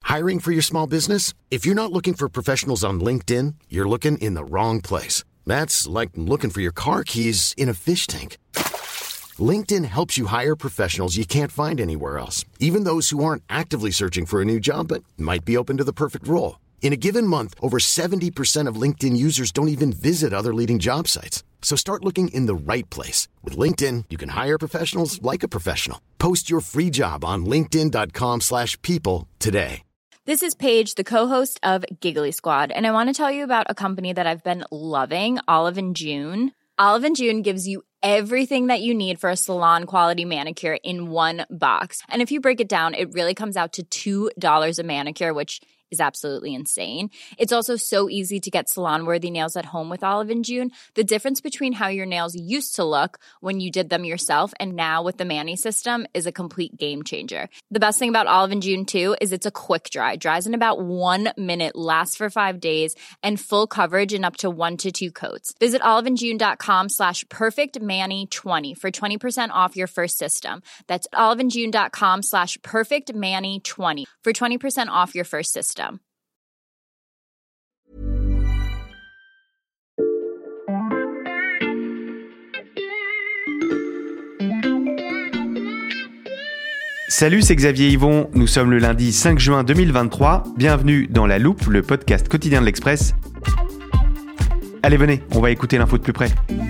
Hiring for your small business? If you're not looking for professionals on LinkedIn, you're looking in the wrong place. That's like looking for your car keys in a fish tank. LinkedIn helps you hire professionals you can't find anywhere else, even those who aren't actively searching for a new job but might be open to the perfect role. In a given month, over 70% of LinkedIn users don't even visit other leading job sites. So start looking in the right place. With LinkedIn, you can hire professionals like a professional. Post your free job on linkedin.com/people today. This is Paige, the co-host of Giggly Squad, and I want to tell you about a company that I've been loving, Olive & June. Olive & June gives you everything that you need for a salon-quality manicure in one box. And if you break it down, it really comes out to $2 a manicure, which is absolutely insane. It's also so easy to get salon-worthy nails at home with Olive & June. The difference between how your nails used to look when you did them yourself and now with the Mani system is a complete game changer. The best thing about Olive & June, too, is it's a quick dry. Dries in about 1 minute, lasts for 5 days, and full coverage in up to 1 to 2 coats. Visit oliveandjune.com/perfectmani20 for 20% off your first system. That's oliveandjune.com/perfectmani20 for 20% off your first system. Salut, c'est Xavier Yvon. Nous sommes le lundi 5 juin 2023. Bienvenue dans La Loupe, le podcast quotidien de l'Express. Allez, venez, on va écouter l'info de plus près.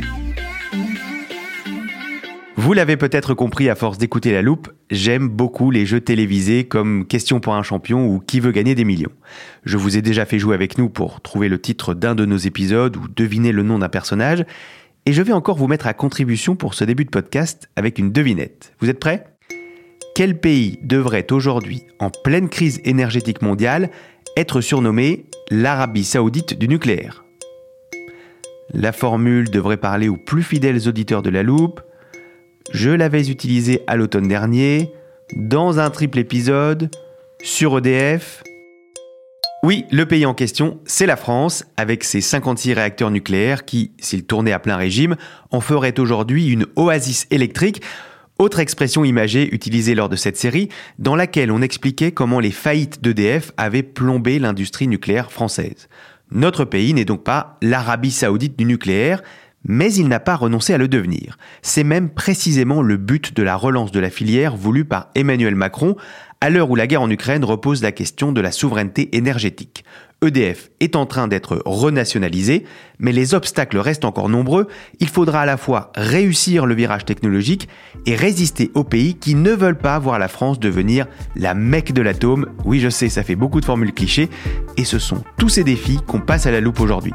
Vous l'avez peut-être compris à force d'écouter La Loupe, j'aime beaucoup les jeux télévisés comme Question pour un champion ou Qui veut gagner des millions. Je vous ai déjà fait jouer avec nous pour trouver le titre d'un de nos épisodes ou deviner le nom d'un personnage. Et je vais encore vous mettre à contribution pour ce début de podcast avec une devinette. Vous êtes prêts ? Quel pays devrait aujourd'hui, en pleine crise énergétique mondiale, être surnommé l'Arabie Saoudite du nucléaire ? La formule devrait parler aux plus fidèles auditeurs de La Loupe. Je l'avais utilisé à l'automne dernier, dans un triple épisode, sur EDF. Oui, le pays en question, c'est la France, avec ses 56 réacteurs nucléaires qui, s'ils tournaient à plein régime, en feraient aujourd'hui une oasis électrique. Autre expression imagée utilisée lors de cette série, dans laquelle on expliquait comment les faillites d'EDF avaient plombé l'industrie nucléaire française. Notre pays n'est donc pas l'Arabie Saoudite du nucléaire, mais il n'a pas renoncé à le devenir. C'est même précisément le but de la relance de la filière voulue par Emmanuel Macron, à l'heure où la guerre en Ukraine repose la question de la souveraineté énergétique. EDF est en train d'être renationalisé, mais les obstacles restent encore nombreux. Il faudra à la fois réussir le virage technologique et résister aux pays qui ne veulent pas voir la France devenir la Mecque de l'atome. Oui, je sais, ça fait beaucoup de formules clichés, et ce sont tous ces défis qu'on passe à la loupe aujourd'hui.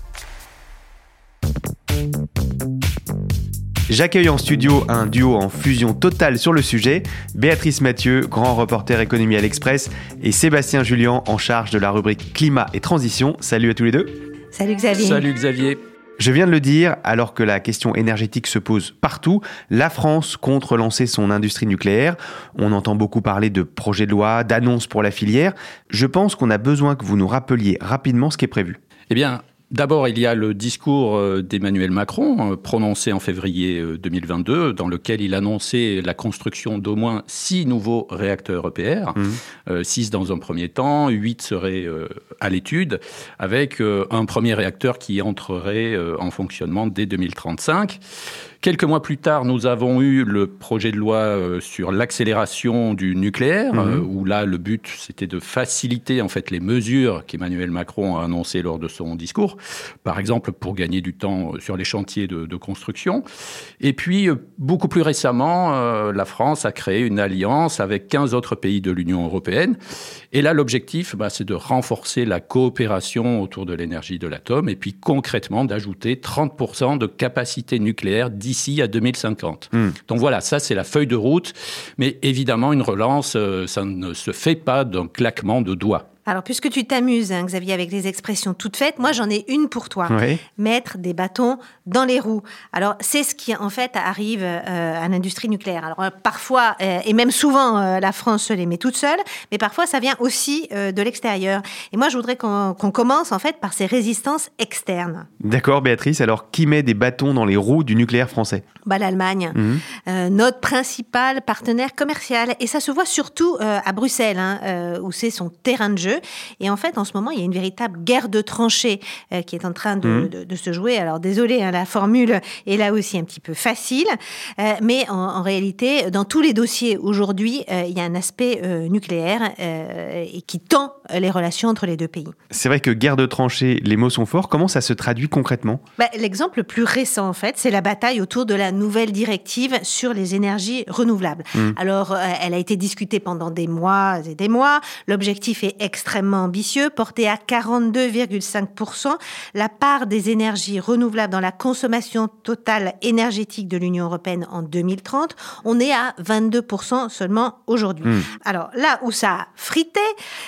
J'accueille en studio un duo en fusion totale sur le sujet, Béatrice Mathieu, grand reporter économie à l'Express, et Sébastien Julien en charge de la rubrique Climat et Transition. Salut à tous les deux. Salut Xavier. Salut Xavier. Je viens de le dire, alors que la question énergétique se pose partout, la France compte relancer son industrie nucléaire. On entend beaucoup parler de projets de loi, d'annonces pour la filière. Je pense qu'on a besoin que vous nous rappeliez rapidement ce qui est prévu. Eh bien, d'abord, il y a le discours d'Emmanuel Macron, prononcé en février 2022, dans lequel il annonçait la construction d'au moins 6 nouveaux réacteurs EPR. 6 dans un premier temps, 8 seraient à l'étude, avec un premier réacteur qui entrerait en fonctionnement dès 2035. Quelques mois plus tard, nous avons eu le projet de loi sur l'accélération du nucléaire, où là, le but, c'était de faciliter en fait les mesures qu'Emmanuel Macron a annoncées lors de son discours, par exemple pour gagner du temps sur les chantiers de construction. Et puis, beaucoup plus récemment, la France a créé une alliance avec 15 autres pays de l'Union européenne. Et là, l'objectif, c'est de renforcer la coopération autour de l'énergie de l'atome et puis concrètement d'ajouter 30% de capacité nucléaire d'ici à 2050. Donc voilà, ça c'est la feuille de route. Mais évidemment, une relance, ça ne se fait pas d'un claquement de doigts. Alors, puisque tu t'amuses, Xavier, avec les expressions toutes faites, moi, j'en ai une pour toi. Oui. Mettre des bâtons dans les roues. Alors, c'est ce qui, en fait, arrive à l'industrie nucléaire. Alors, parfois, et même souvent, la France se les met toute seule, mais parfois, ça vient aussi de l'extérieur. Et moi, je voudrais qu'on commence, en fait, par ces résistances externes. D'accord, Béatrice. Alors, qui met des bâtons dans les roues du nucléaire français ? L'Allemagne, notre principal partenaire commercial. Et ça se voit surtout à Bruxelles, où c'est son terrain de jeu. Et en fait, en ce moment, il y a une véritable guerre de tranchées qui est en train de se jouer. Alors, désolé, la formule est là aussi un petit peu facile. Mais en réalité, dans tous les dossiers aujourd'hui, il y a un aspect nucléaire et qui tend les relations entre les deux pays. C'est vrai que guerre de tranchées, les mots sont forts. Comment ça se traduit concrètement ? L'exemple le plus récent, en fait, c'est la bataille autour de la nouvelle directive sur les énergies renouvelables. Alors, elle a été discutée pendant des mois et des mois. L'objectif est extrêmement ambitieux, porté à 42,5%. La part des énergies renouvelables dans la consommation totale énergétique de l'Union européenne en 2030, on est à 22% seulement aujourd'hui. Alors, là où ça a frité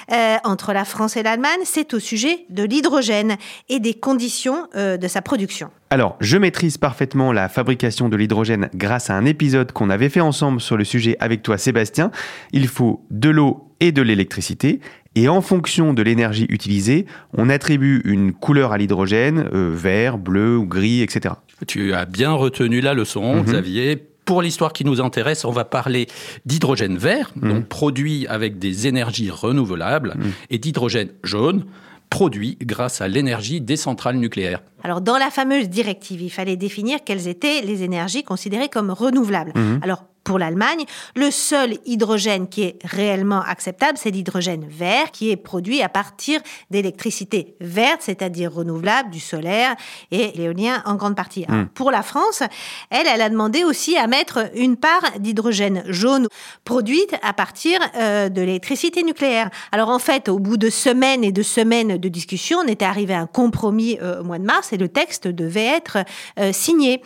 entre la France et l'Allemagne, c'est au sujet de l'hydrogène et des conditions de sa production. Alors, je maîtrise parfaitement la fabrication de l'hydrogène grâce à un épisode qu'on avait fait ensemble sur le sujet avec toi, Sébastien. Il faut de l'eau et de l'électricité. Et en fonction de l'énergie utilisée, on attribue une couleur à l'hydrogène, vert, bleu ou gris, etc. Tu as bien retenu la leçon, Xavier. Pour l'histoire qui nous intéresse, on va parler d'hydrogène vert, donc produit avec des énergies renouvelables, et d'hydrogène jaune, produit grâce à l'énergie des centrales nucléaires. Alors, dans la fameuse directive, il fallait définir quelles étaient les énergies considérées comme renouvelables. Alors, pour l'Allemagne, le seul hydrogène qui est réellement acceptable, c'est l'hydrogène vert, qui est produit à partir d'électricité verte, c'est-à-dire renouvelable, du solaire et l'éolien en grande partie. Alors, pour la France, elle a demandé aussi à mettre une part d'hydrogène jaune produite à partir de l'électricité nucléaire. Alors, en fait, au bout de semaines et de semaines de discussion, on était arrivé à un compromis au mois de mars et le texte devait être signé.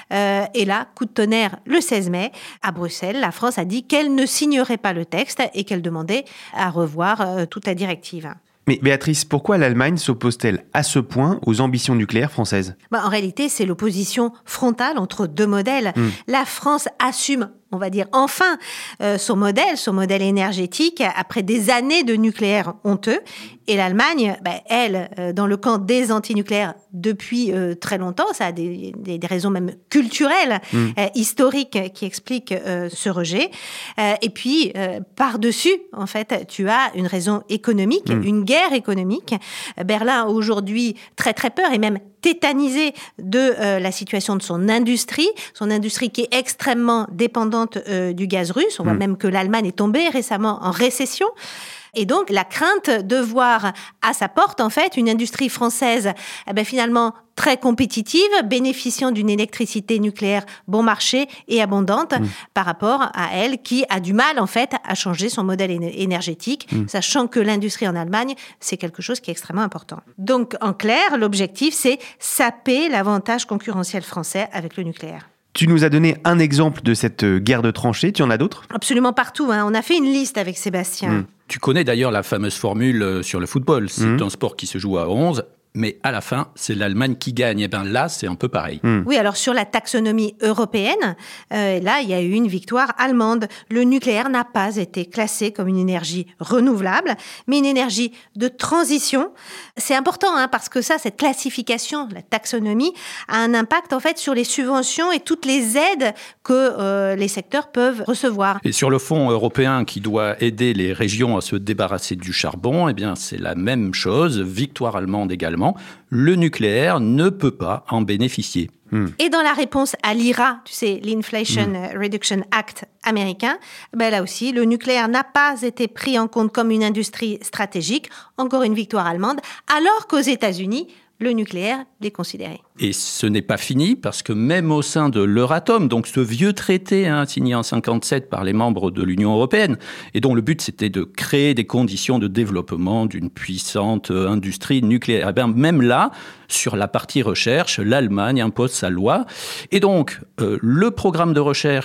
Et là, coup de tonnerre, le 16 mai, à Bruxelles, la France a dit qu'elle ne signerait pas le texte et qu'elle demandait à revoir toute la directive. Mais Béatrice, pourquoi l'Allemagne s'oppose-t-elle à ce point aux ambitions nucléaires françaises ? En réalité, c'est l'opposition frontale entre deux modèles. La France assume, on va dire, enfin, son modèle énergétique, après des années de nucléaire honteux. Et l'Allemagne, elle, dans le camp des antinucléaires depuis très longtemps, ça a des raisons même culturelles, historiques, qui expliquent ce rejet. Et puis, par-dessus, en fait, tu as une raison économique, une guerre économique. Berlin a aujourd'hui très très peur et même tétanisé de la situation de son industrie qui est extrêmement dépendante du gaz russe. On voit même que l'Allemagne est tombée récemment en récession. Et donc, la crainte de voir à sa porte, en fait, une industrie française, finalement, très compétitive, bénéficiant d'une électricité nucléaire bon marché et abondante par rapport à elle, qui a du mal, en fait, à changer son modèle énergétique, sachant que l'industrie en Allemagne, c'est quelque chose qui est extrêmement important. Donc, en clair, l'objectif, c'est saper l'avantage concurrentiel français avec le nucléaire. Tu nous as donné un exemple de cette guerre de tranchées, tu en as d'autres ? Absolument partout. On a fait une liste avec Sébastien. Tu connais d'ailleurs la fameuse formule sur le football. C'est un sport qui se joue à 11. Mais à la fin, c'est l'Allemagne qui gagne. Et bien là, c'est un peu pareil. Oui, alors sur la taxonomie européenne, là, il y a eu une victoire allemande. Le nucléaire n'a pas été classé comme une énergie renouvelable, mais une énergie de transition. C'est important, parce que cette classification, la taxonomie, a un impact en fait sur les subventions et toutes les aides que les secteurs peuvent recevoir. Et sur le fonds européen qui doit aider les régions à se débarrasser du charbon, eh bien, c'est la même chose. Victoire allemande également. Le nucléaire ne peut pas en bénéficier. Et dans la réponse à l'IRA, tu sais, l'Inflation Reduction Act américain, là aussi, le nucléaire n'a pas été pris en compte comme une industrie stratégique, encore une victoire allemande, alors qu'aux États-Unis, le nucléaire est considéré. Et ce n'est pas fini, parce que même au sein de l'Euratom, donc ce vieux traité signé en 1957 par les membres de l'Union européenne, et dont le but c'était de créer des conditions de développement d'une puissante industrie nucléaire, et bien même là, sur la partie recherche, l'Allemagne impose sa loi. Et donc, le programme de recherche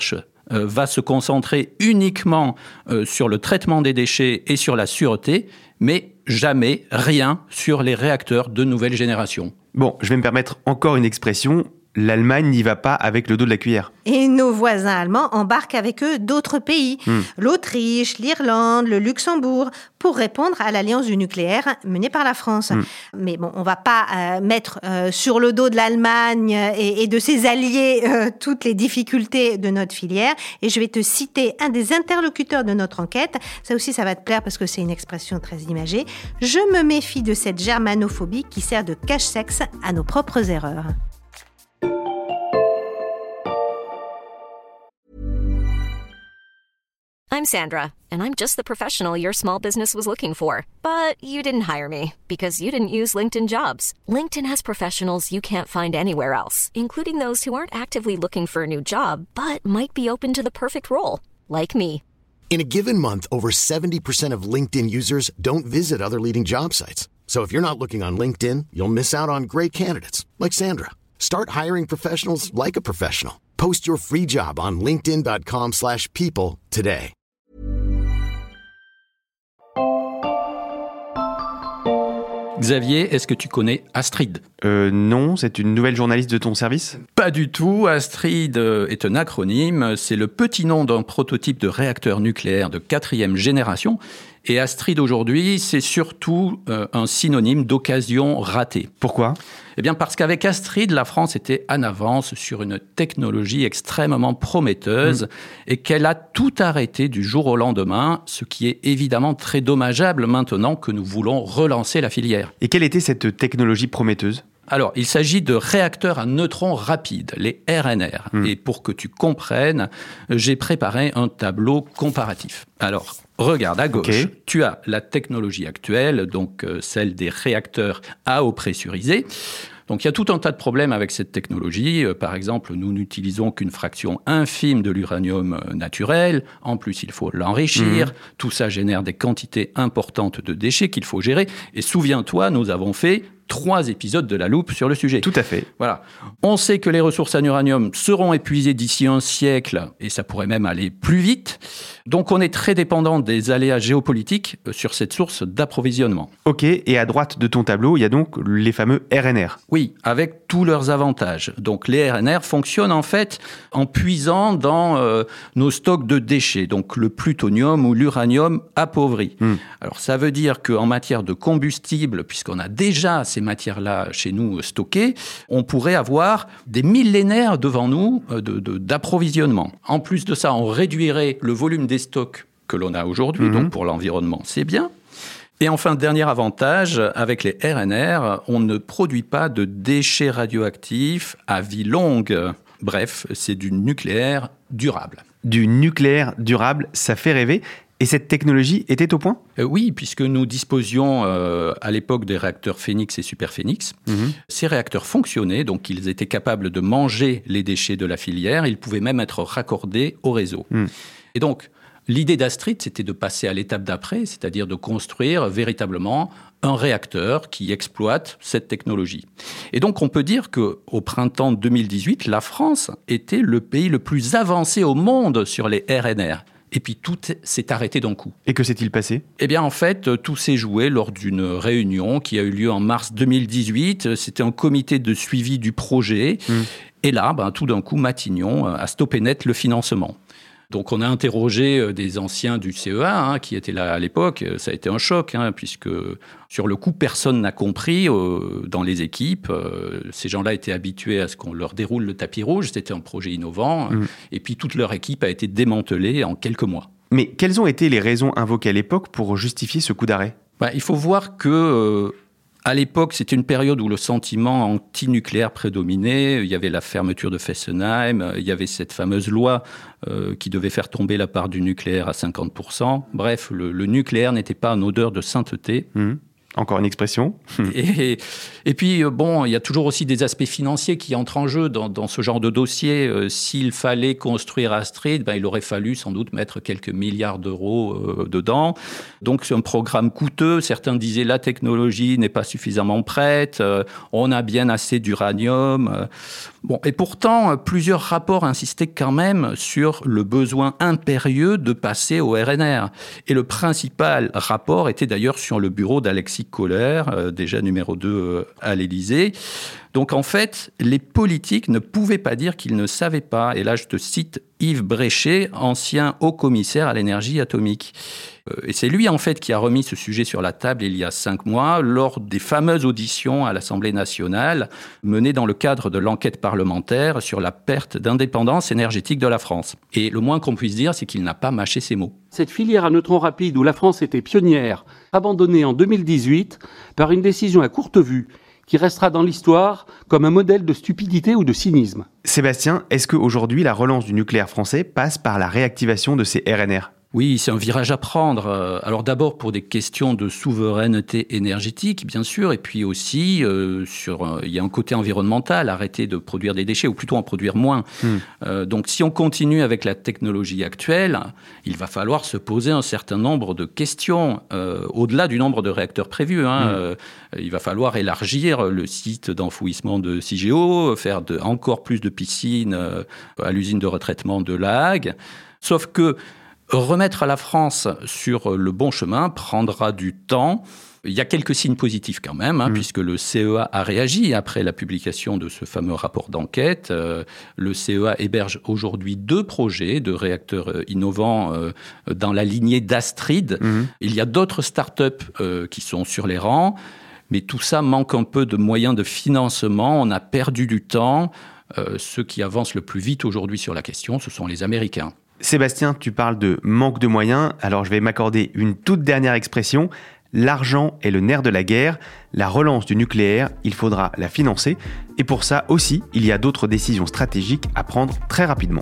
va se concentrer uniquement sur le traitement des déchets et sur la sûreté, mais jamais rien sur les réacteurs de nouvelle génération. Bon, je vais me permettre encore une expression. L'Allemagne n'y va pas avec le dos de la cuillère. Et nos voisins allemands embarquent avec eux d'autres pays, l'Autriche, l'Irlande, le Luxembourg, pour répondre à l'alliance du nucléaire menée par la France. Mais bon, on ne va pas mettre sur le dos de l'Allemagne et de ses alliés toutes les difficultés de notre filière. Et je vais te citer un des interlocuteurs de notre enquête. Ça aussi, ça va te plaire parce que c'est une expression très imagée. Je me méfie de cette germanophobie qui sert de cache-sexe à nos propres erreurs. I'm Sandra, and I'm just the professional your small business was looking for. But you didn't hire me because you didn't use LinkedIn Jobs. LinkedIn has professionals you can't find anywhere else, including those who aren't actively looking for a new job, but might be open to the perfect role, like me. In a given month, over 70% of LinkedIn users don't visit other leading job sites. So if you're not looking on LinkedIn, you'll miss out on great candidates like Sandra. Start hiring professionals like a professional. Post your free job on linkedin.com/people today. Xavier, est-ce que tu connais Astrid ? Non, c'est une nouvelle journaliste de ton service ? Pas du tout. Astrid est un acronyme. C'est le petit nom d'un prototype de réacteur nucléaire de 4e génération. Et Astrid, aujourd'hui, c'est surtout un synonyme d'occasion ratée. Pourquoi ? Eh bien, parce qu'avec Astrid, la France était en avance sur une technologie extrêmement prometteuse et qu'elle a tout arrêté du jour au lendemain, ce qui est évidemment très dommageable maintenant que nous voulons relancer la filière. Et quelle était cette technologie prometteuse ? Alors, il s'agit de réacteurs à neutrons rapides, les RNR. Et pour que tu comprennes, j'ai préparé un tableau comparatif. Alors, regarde à gauche, tu as la technologie actuelle, donc celle des réacteurs à eau pressurisée. Donc, il y a tout un tas de problèmes avec cette technologie. Par exemple, nous n'utilisons qu'une fraction infime de l'uranium naturel. En plus, il faut l'enrichir. Tout ça génère des quantités importantes de déchets qu'il faut gérer. Et souviens-toi, nous avons fait 3 épisodes de La Loupe sur le sujet. Tout à fait. Voilà. On sait que les ressources en uranium seront épuisées d'ici un siècle, et ça pourrait même aller plus vite. Donc on est très dépendant des aléas géopolitiques sur cette source d'approvisionnement. Ok, et à droite de ton tableau, il y a donc les fameux RNR. Oui, avec tous leurs avantages. Donc les RNR fonctionnent en fait en puisant dans nos stocks de déchets, donc le plutonium ou l'uranium appauvri. Alors ça veut dire qu'en matière de combustible, puisqu'on a déjà ces matières-là chez nous stockées, on pourrait avoir des millénaires devant nous d'approvisionnement. En plus de ça, on réduirait le volume des stocks que l'on a aujourd'hui, donc pour l'environnement, c'est bien. Et enfin, dernier avantage, avec les RNR, on ne produit pas de déchets radioactifs à vie longue. Bref, c'est du nucléaire durable. Du nucléaire durable, ça fait rêver. Et cette technologie était au point ? Oui, puisque nous disposions à l'époque des réacteurs Phénix et Superphénix. Ces réacteurs fonctionnaient, donc ils étaient capables de manger les déchets de la filière. Ils pouvaient même être raccordés au réseau. Et donc, l'idée d'Astrid, c'était de passer à l'étape d'après, c'est-à-dire de construire véritablement un réacteur qui exploite cette technologie. Et donc, on peut dire qu'au printemps 2018, la France était le pays le plus avancé au monde sur les RNR. Et puis tout s'est arrêté d'un coup. Et que s'est-il passé ? Eh bien, en fait, tout s'est joué lors d'une réunion qui a eu lieu en mars 2018. C'était un comité de suivi du projet. Et là, tout d'un coup, Matignon a stoppé net le financement. Donc, on a interrogé des anciens du CEA qui étaient là à l'époque. Ça a été un choc, puisque sur le coup, personne n'a compris dans les équipes. Ces gens-là étaient habitués à ce qu'on leur déroule le tapis rouge. C'était un projet innovant. Et puis, toute leur équipe a été démantelée en quelques mois. Mais quelles ont été les raisons invoquées à l'époque pour justifier ce coup d'arrêt ? Il faut voir que... à l'époque, c'était une période où le sentiment anti-nucléaire prédominait. Il y avait la fermeture de Fessenheim, il y avait cette fameuse loi qui devait faire tomber la part du nucléaire à 50%. Bref, le nucléaire n'était pas en odeur de sainteté. Encore une expression. Et puis, il y a toujours aussi des aspects financiers qui entrent en jeu dans ce genre de dossier. S'il fallait construire Astrid, il aurait fallu sans doute mettre quelques milliards d'euros dedans. Donc, c'est un programme coûteux. Certains disaient la technologie n'est pas suffisamment prête, on a bien assez d'uranium. Et pourtant, plusieurs rapports insistaient quand même sur le besoin impérieux de passer au RNR. Et le principal rapport était d'ailleurs sur le bureau d'Alexis Kohler, déjà numéro 2 à l'Élysée. Donc en fait, les politiques ne pouvaient pas dire qu'ils ne savaient pas. Et là, je te cite Yves Bréchet, ancien haut-commissaire à l'énergie atomique. Et c'est lui, en fait, qui a remis ce sujet sur la table il y a 5 mois, lors des fameuses auditions à l'Assemblée nationale, menées dans le cadre de l'enquête parlementaire sur la perte d'indépendance énergétique de la France. Et le moins qu'on puisse dire, c'est qu'il n'a pas mâché ses mots. Cette filière à neutrons rapides où la France était pionnière, abandonnée en 2018 par une décision à courte vue, qui restera dans l'histoire comme un modèle de stupidité ou de cynisme. Sébastien, est-ce qu'aujourd'hui, la relance du nucléaire français passe par la réactivation de ces RNR ? Oui, c'est un virage à prendre. Alors d'abord pour des questions de souveraineté énergétique, bien sûr, et puis aussi il y a un côté environnemental, arrêter de produire des déchets, ou plutôt en produire moins. Donc si on continue avec la technologie actuelle, il va falloir se poser un certain nombre de questions, au-delà du nombre de réacteurs prévus. Il va falloir élargir le site d'enfouissement de Cigéo, faire encore plus de piscines à l'usine de retraitement de La Hague. Sauf que remettre la France sur le bon chemin prendra du temps. Il y a quelques signes positifs quand même, puisque le CEA a réagi après la publication de ce fameux rapport d'enquête. Le CEA héberge aujourd'hui 2 projets de réacteurs innovants dans la lignée d'Astrid. Il y a d'autres startups qui sont sur les rangs, mais tout ça manque un peu de moyens de financement. On a perdu du temps. Ceux qui avancent le plus vite aujourd'hui sur la question, ce sont les Américains. Sébastien, tu parles de manque de moyens, alors je vais m'accorder une toute dernière expression. L'argent est le nerf de la guerre. La relance du nucléaire, il faudra la financer. Et pour ça aussi, il y a d'autres décisions stratégiques à prendre très rapidement.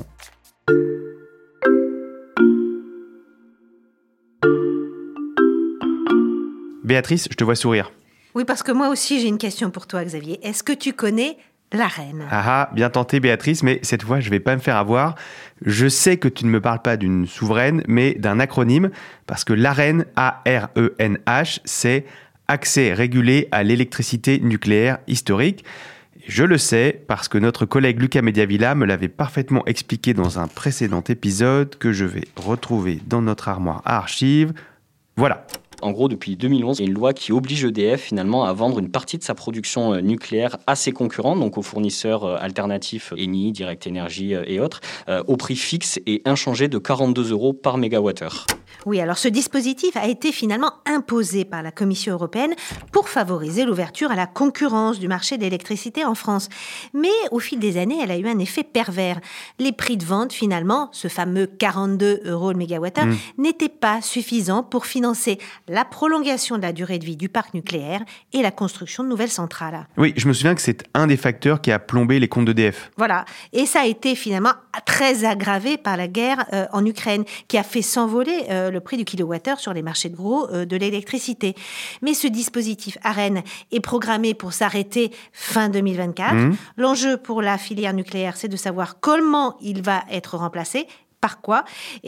Béatrice, je te vois sourire. Oui, parce que moi aussi, j'ai une question pour toi, Xavier. Est-ce que tu connais l'ARENH? Ah, bien tenté Béatrice, mais cette fois, je ne vais pas me faire avoir. Je sais que tu ne me parles pas d'une souveraine, mais d'un acronyme, parce que l'ARENH, A-R-E-N-H, c'est Accès régulé à l'électricité nucléaire historique. Je le sais, parce que notre collègue Lucas Mediavilla me l'avait parfaitement expliqué dans un précédent épisode que je vais retrouver dans notre armoire à archives. Voilà. En gros, depuis 2011, il y a une loi qui oblige EDF finalement à vendre une partie de sa production nucléaire à ses concurrents, donc aux fournisseurs alternatifs, Eni, Direct Energy et autres, au prix fixe et inchangé de 42 € par mégawattheure. Oui, alors ce dispositif a été finalement imposé par la Commission européenne pour favoriser l'ouverture à la concurrence du marché de l'électricité en France. Mais au fil des années, elle a eu un effet pervers. Les prix de vente, finalement, ce fameux 42 € le mégawattheure, n'étaient pas suffisants pour financer la prolongation de la durée de vie du parc nucléaire et la construction de nouvelles centrales. Oui, je me souviens que c'est un des facteurs qui a plombé les comptes d'EDF. Voilà, et ça a été finalement très aggravé par la guerre en Ukraine, qui a fait s'envoler le prix du kilowattheure sur les marchés de gros de l'électricité. Mais ce dispositif ARENH est programmé pour s'arrêter fin 2024. L'enjeu pour la filière nucléaire, c'est de savoir comment il va être remplacé. Par quoi?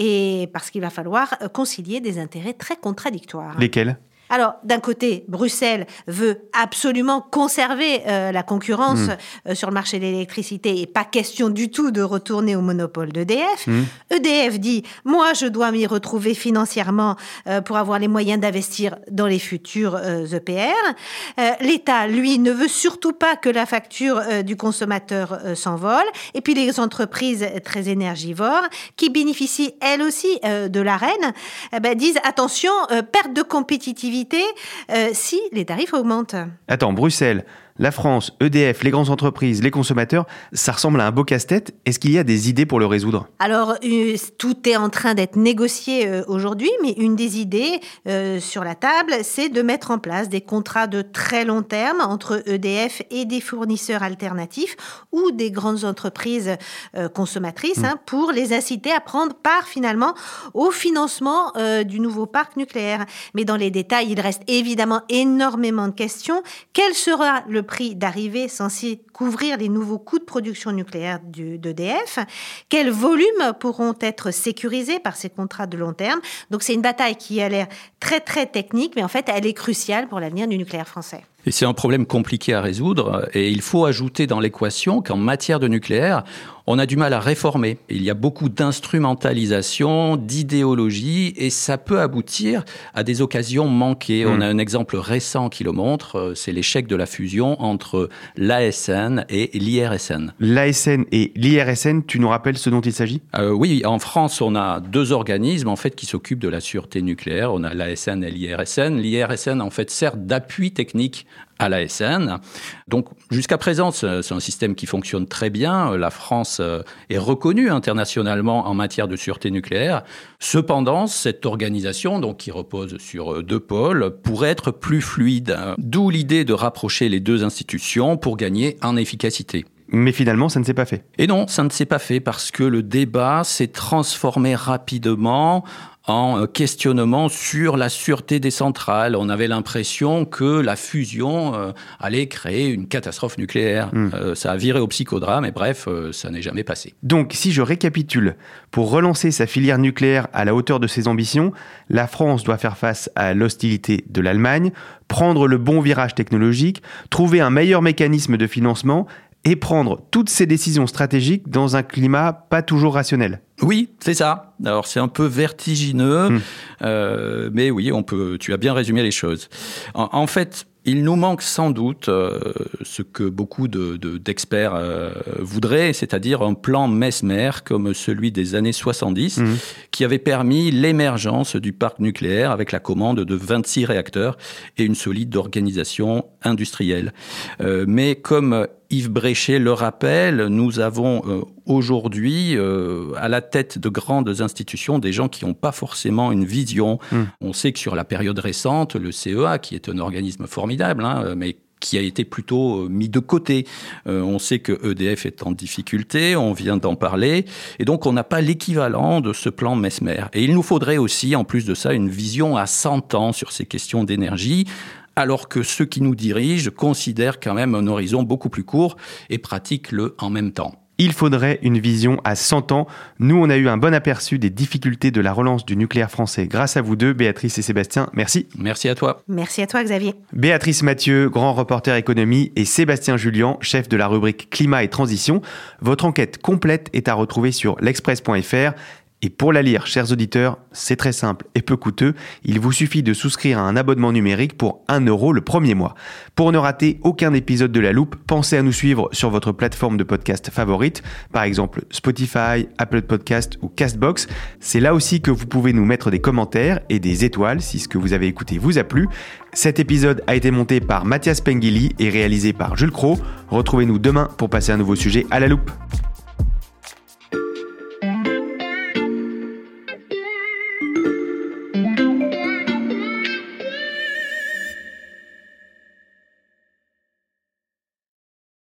Et parce qu'il va falloir concilier des intérêts très contradictoires. Lesquels? Alors, d'un côté, Bruxelles veut absolument conserver la concurrence sur le marché de l'électricité et pas question du tout de retourner au monopole d'EDF. EDF dit « Moi, je dois m'y retrouver financièrement pour avoir les moyens d'investir dans les futurs EPR. » L'État, lui, ne veut surtout pas que la facture du consommateur s'envole. Et puis, les entreprises très énergivores qui bénéficient, elles aussi, de l'ARENH, disent « Attention, perte de compétitivité si les tarifs augmentent. » Attends, Bruxelles La France, EDF, les grandes entreprises, les consommateurs, ça ressemble à un beau casse-tête. Est-ce qu'il y a des idées pour le résoudre ? Alors, tout est en train d'être négocié aujourd'hui, mais une des idées sur la table, c'est de mettre en place des contrats de très long terme entre EDF et des fournisseurs alternatifs ou des grandes entreprises consommatrices pour les inciter à prendre part finalement au financement du nouveau parc nucléaire. Mais dans les détails, il reste évidemment énormément de questions. Quel sera le prix d'arrivée censé couvrir les nouveaux coûts de production nucléaire d'EDF? Quels volumes pourront être sécurisés par ces contrats de long terme? Donc c'est une bataille qui a l'air très très technique, mais en fait elle est cruciale pour l'avenir du nucléaire français. Et c'est un problème compliqué à résoudre. Et il faut ajouter dans l'équation qu'en matière de nucléaire, on a du mal à réformer. Il y a beaucoup d'instrumentalisation, d'idéologie, et ça peut aboutir à des occasions manquées. On a un exemple récent qui le montre, c'est l'échec de la fusion entre l'ASN et l'IRSN. L'ASN et l'IRSN, tu nous rappelles ce dont il s'agit ? Oui, en France, on a deux organismes en fait, qui s'occupent de la sûreté nucléaire. On a l'ASN et l'IRSN. L'IRSN, en fait, sert d'appui technique à l'ASN. Donc, jusqu'à présent, c'est un système qui fonctionne très bien. La France est reconnue internationalement en matière de sûreté nucléaire. Cependant, cette organisation, donc, qui repose sur deux pôles, pourrait être plus fluide. D'où l'idée de rapprocher les deux institutions pour gagner en efficacité. Mais finalement, ça ne s'est pas fait. Et non, ça ne s'est pas fait parce que le débat s'est transformé rapidement en questionnement sur la sûreté des centrales. On avait l'impression que la fusion allait créer une catastrophe nucléaire. Ça a viré au psychodrame et bref, ça n'est jamais passé. Donc, si je récapitule, pour relancer sa filière nucléaire à la hauteur de ses ambitions, la France doit faire face à l'hostilité de l'Allemagne, prendre le bon virage technologique, trouver un meilleur mécanisme de financement et prendre toutes ces décisions stratégiques dans un climat pas toujours rationnel. Oui, c'est ça. Alors, c'est un peu vertigineux, mais oui, tu as bien résumé les choses. En fait, il nous manque sans doute ce que beaucoup d'experts voudraient, c'est-à-dire un plan Mesmer comme celui des années 70, qui avait permis l'émergence du parc nucléaire avec la commande de 26 réacteurs et une solide organisation industrielle. Mais comme Yves Bréchet le rappelle, nous avons aujourd'hui à la tête de grandes institutions des gens qui n'ont pas forcément une vision. On sait que sur la période récente, le CEA, qui est un organisme formidable, mais qui a été plutôt mis de côté. On sait que EDF est en difficulté, on vient d'en parler, et donc on n'a pas l'équivalent de ce plan Mesmer. Et il nous faudrait aussi, en plus de ça, une vision à 100 ans sur ces questions d'énergie, alors que ceux qui nous dirigent considèrent quand même un horizon beaucoup plus court et pratiquent le en même temps. Il faudrait une vision à 100 ans. Nous, on a eu un bon aperçu des difficultés de la relance du nucléaire français grâce à vous deux, Béatrice et Sébastien. Merci. Merci à toi. Merci à toi, Xavier. Béatrice Mathieu, grand reporter économie, et Sébastien Julien, chef de la rubrique Climat et Transition. Votre enquête complète est à retrouver sur l'express.fr. Et pour la lire, chers auditeurs, c'est très simple et peu coûteux. Il vous suffit de souscrire à un abonnement numérique pour 1 € le premier mois. Pour ne rater aucun épisode de La Loupe, pensez à nous suivre sur votre plateforme de podcast favorite, par exemple Spotify, Apple Podcast ou Castbox. C'est là aussi que vous pouvez nous mettre des commentaires et des étoiles si ce que vous avez écouté vous a plu. Cet épisode a été monté par Mathias Pengili et réalisé par Jules Cros. Retrouvez-nous demain pour passer un nouveau sujet à La Loupe.